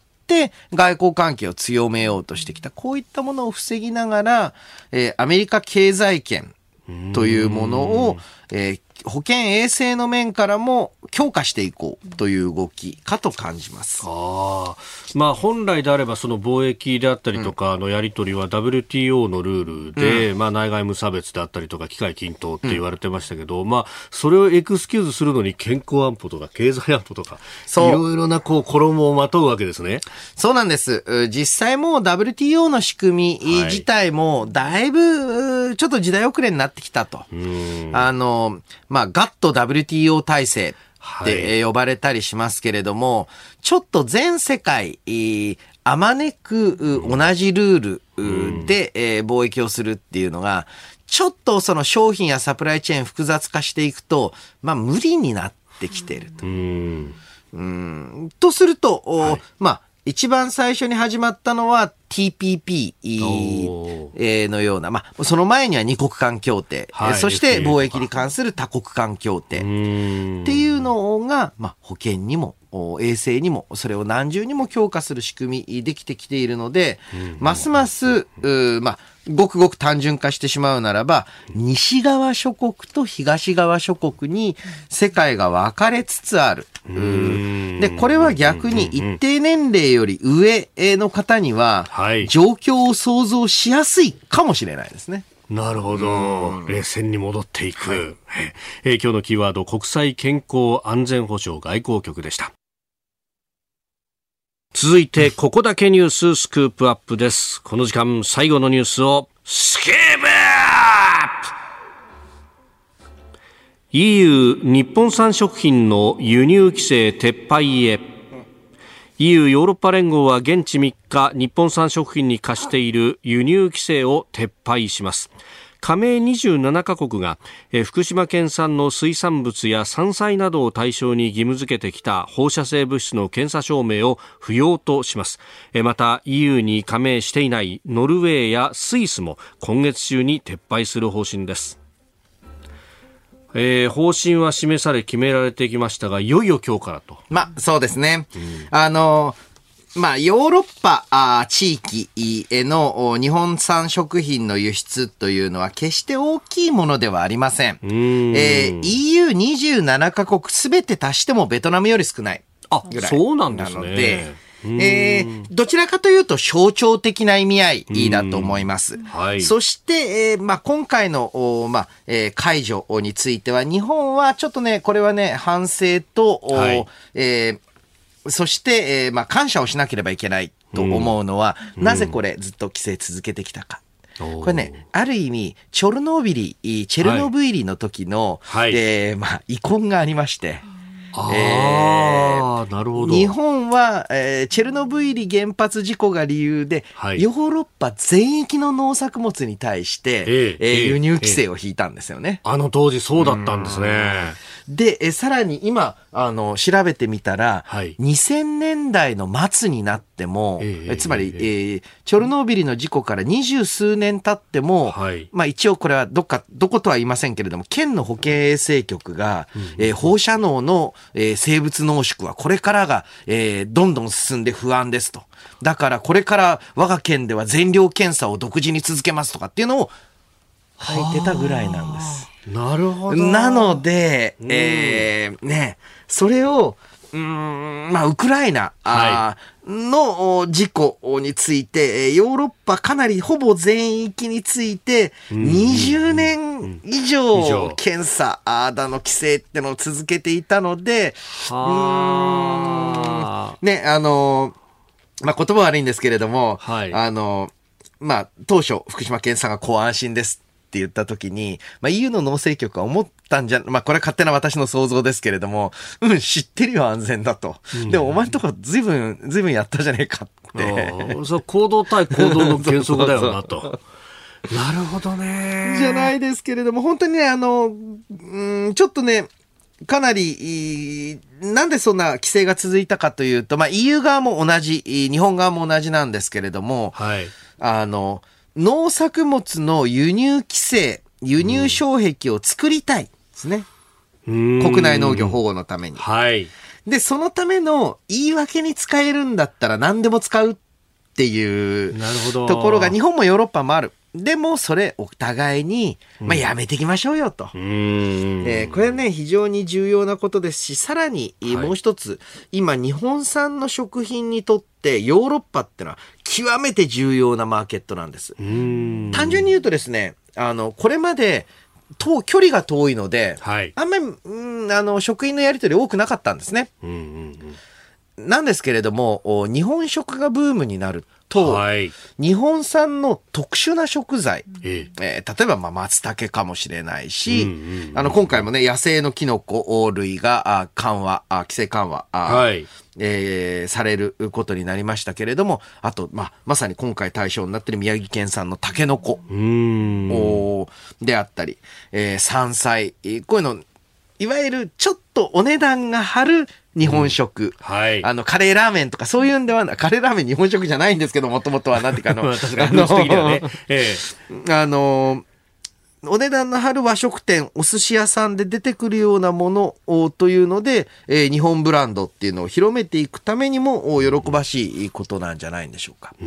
C: 外交関係を強めようとしてきた。こういったものを防ぎながら、アメリカ経済圏というものを、保健衛生の面からも強化していこうという動きかと感じます。
A: 本来であればその貿易であったりとかのやり取りは WTO のルールで、内外無差別であったりとか機会均等って言われてましたけど、それをエクスキューズするのに健康安保とか経済安保とかいろいろな衣をまとうわけですね。
C: そうなんです。実際もう WTO の仕組み自体もだいぶちょっと時代遅れになってきたと。GATT WTO 体制って呼ばれたりしますけれども、ちょっと全世界あまねく同じルールで貿易をするっていうのが、ちょっとその商品やサプライチェーン複雑化していくと、無理になってきていると。とすると、一番最初に始まったのは TPP のような、その前には二国間協定、そして貿易に関する多国間協定っていうのが、保険にも衛生にもそれを何重にも強化する仕組みできてきているので、ますますごくごく単純化してしまうならば、西側諸国と東側諸国に世界が分かれつつある。で、これは逆に一定年齢より上の方には、状況を想像しやすいかもしれないですね。
A: なるほど。冷戦に戻っていく。今日のキーワード、国際健康安全保障外交局でした。続いて、ここだけニューススクープアップです。この時間、最後のニュースをスクープアップ！EU 日本産食品の輸入規制撤廃へ。EU ヨーロッパ連合は現地3日、日本産食品に課している輸入規制を撤廃します。加盟27カ国が福島県産の水産物や山菜などを対象に義務付けてきた放射性物質の検査証明を不要とします。また EU に加盟していないノルウェーやスイスも今月中に撤廃する方針です。方針は示され決められてきましたが、いよいよ今日からと。
C: そうですね。ヨーロッパ地域への日本産食品の輸出というのは決して大きいものではありません。EU27 カ国すべて足してもベトナムより少ないぐらい。
A: そうなんですね。
C: なので、どちらかというと象徴的な意味合いだと思います。そして、今回の、解除については、日本はちょっとね、これはね、反省と、そして、感謝をしなければいけないと思うのは、なぜこれずっと規制続けてきたか。これね、ある意味、チェルノブイリの時の、遺恨がありまして、
A: なるほど。
C: 日本は、チェルノブイリ原発事故が理由で、ヨーロッパ全域の農作物に対して、輸入規制を引いたんですよね。
A: あの当時そうだったんですね。
C: で、さらに今、調べてみたら、2000年代の末になっても、つまり、チョルノービリの事故から20数年経っても、まあ一応これはどことは言いませんけれども、県の保健衛生局が、放射能の、生物濃縮はこれからが、どんどん進んで不安ですと。だからこれから我が県では全量検査を独自に続けますとかっていうのを書いてたぐらいなんです。
A: なるほど。
C: なので、ね、それを、まあ、ウクライナ、の事故について、ヨーロッパかなりほぼ全域について、20年以上検査だの規制ってのを続けていたので、ね、まあ、言葉悪いんですけれども、まあ、当初、福島県産が安心ですって言ったときに、まあ、EU の農政局は思ったんじゃ、まあ、これは勝手な私の想像ですけれども、知ってるよ、安全だと。でも、お前んとこずいぶんやったじゃねえかって。
A: そう、行動対行動の原則だよなと。なるほどね。
C: じゃないですけれども、本当にね、ちょっとね、かなり、なんでそんな規制が続いたかというと、まあ、EU 側も同じ、日本側も同じなんですけれども、農作物の輸入規制、輸入障壁を作りたいですね。国内農業保護のために。で、そのための言い訳に使えるんだったら何でも使うっていうところが日本もヨーロッパもある。でもそれお互いに、まあ、やめていきましょうよと。これね、非常に重要なことですし、さらにもう一つ、今日本産の食品にとってヨーロッパってのは極めて重要なマーケットなんです。単純に言うとですね、これまで距離が遠いので、あんまり食品のやり取り多くなかったんですね。なんですけれども、日本食がブームになると、日本産の特殊な食材、例えば松茸かもしれないし、今回もね、野生のキノコ類が規制緩和、されることになりましたけれども、あと、まさに今回対象になっている宮城県産のタケノコであったり、山菜、こういうの、いわゆるちょっとお値段が張る日本食、カレーラーメンとかそういうんではカレーラーメン日本食じゃないんですけど、もともとはなんていうかお値段の張る和食店、お寿司屋さんで出てくるようなものというので、日本ブランドっていうのを広めていくためにも喜ばしいことなんじゃないんでしょうか。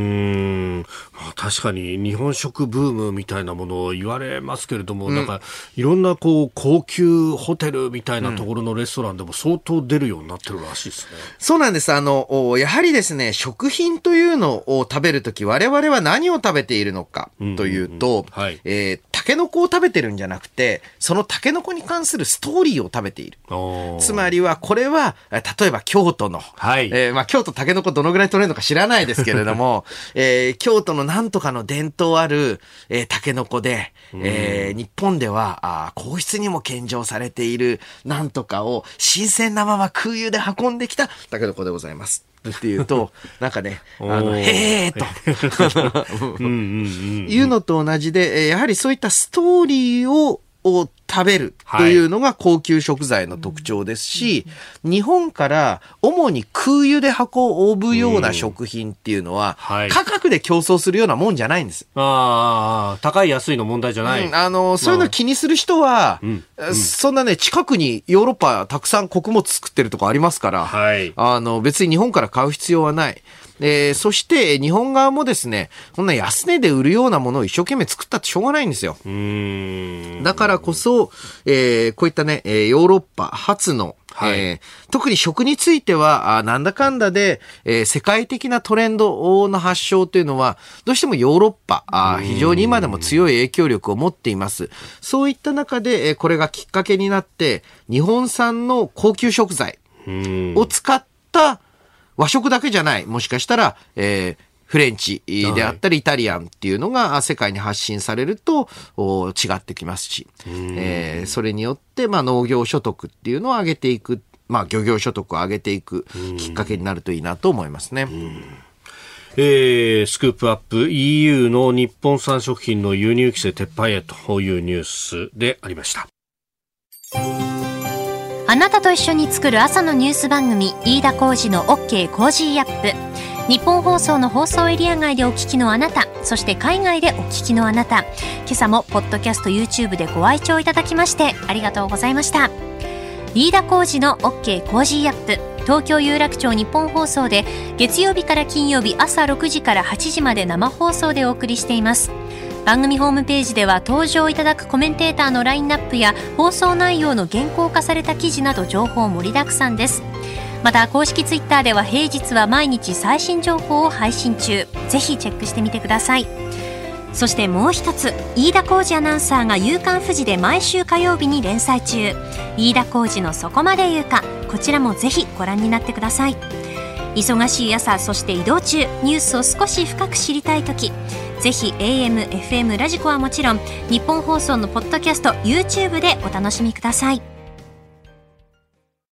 A: 確かに日本食ブームみたいなものを言われますけれども、なんかいろんな高級ホテルみたいなところのレストランでも相当出るようになってるらしいですね。
C: そうなんです。やはりですね、食品というのを食べるとき、我々は何を食べているのかというと、タケノコを食べてるんじゃなくて、そのタケノコに関するストーリーを食べている。つまりは、これは、例えば京都の、京都タケノコどのぐらい取れるのか知らないですけれども、京都のなんとかの伝統ある、タケノコで、日本では皇室にも献上されているなんとかを新鮮なまま空輸で運んできたタケノコでございます。っていうと、なんかね、へーというのと同じで、やはりそういったストーリーを食べるというのが高級食材の特徴ですし、日本から主に空輸で運ぶような食品っていうのは、価格で競争するようなもんじゃないんです。
A: 高い安いの問題じゃない。
C: そういうの気にする人は、そんなね、近くにヨーロッパたくさん穀物作ってるとこありますから、別に日本から買う必要はない。そして日本側もですね、こんな安値で売るようなものを一生懸命作ったってしょうがないんですよ。だからこそ、こういったね、ヨーロッパ初の、特に食についてはなんだかんだで、世界的なトレンドの発祥というのはどうしてもヨーロッパ非常に今でも強い影響力を持っています。そういった中で、これがきっかけになって日本産の高級食材を使った和食だけじゃない、もしかしたら、フレンチであったりイタリアンっていうのが世界に発信されると違ってきますし、それによって農業所得っていうのを上げていく漁業所得を上げていくきっかけになるといいなと思いますね。
A: スクープアップ EU の日本産食品の輸入規制撤廃へというニュースでありました。
B: あなたと一緒に作る朝のニュース番組、飯田浩司の OK コージーアップ。日本放送の放送エリア外でお聞きのあなた、そして海外でお聞きのあなた、今朝もポッドキャスト YouTube でご愛聴いただきましてありがとうございました。飯田浩司の OK コージーアップ、東京有楽町日本放送で月曜日から金曜日朝6時から8時まで生放送でお送りしています。番組ホームページでは登場いただくコメンテーターのラインナップや放送内容の原稿化された記事など情報盛りだくさんです。また公式ツイッターでは平日は毎日最新情報を配信中、ぜひチェックしてみてください。そしてもう一つ、飯田浩司アナウンサーが夕刊フジで毎週火曜日に連載中、飯田浩司のそこまで言うか、こちらもぜひご覧になってください。忙しい朝、そして移動中、ニュースを少し深く知りたいとき、ぜひ AM、FM、ラジコはもちろん日本放送のポッドキャスト YouTube でお楽しみください。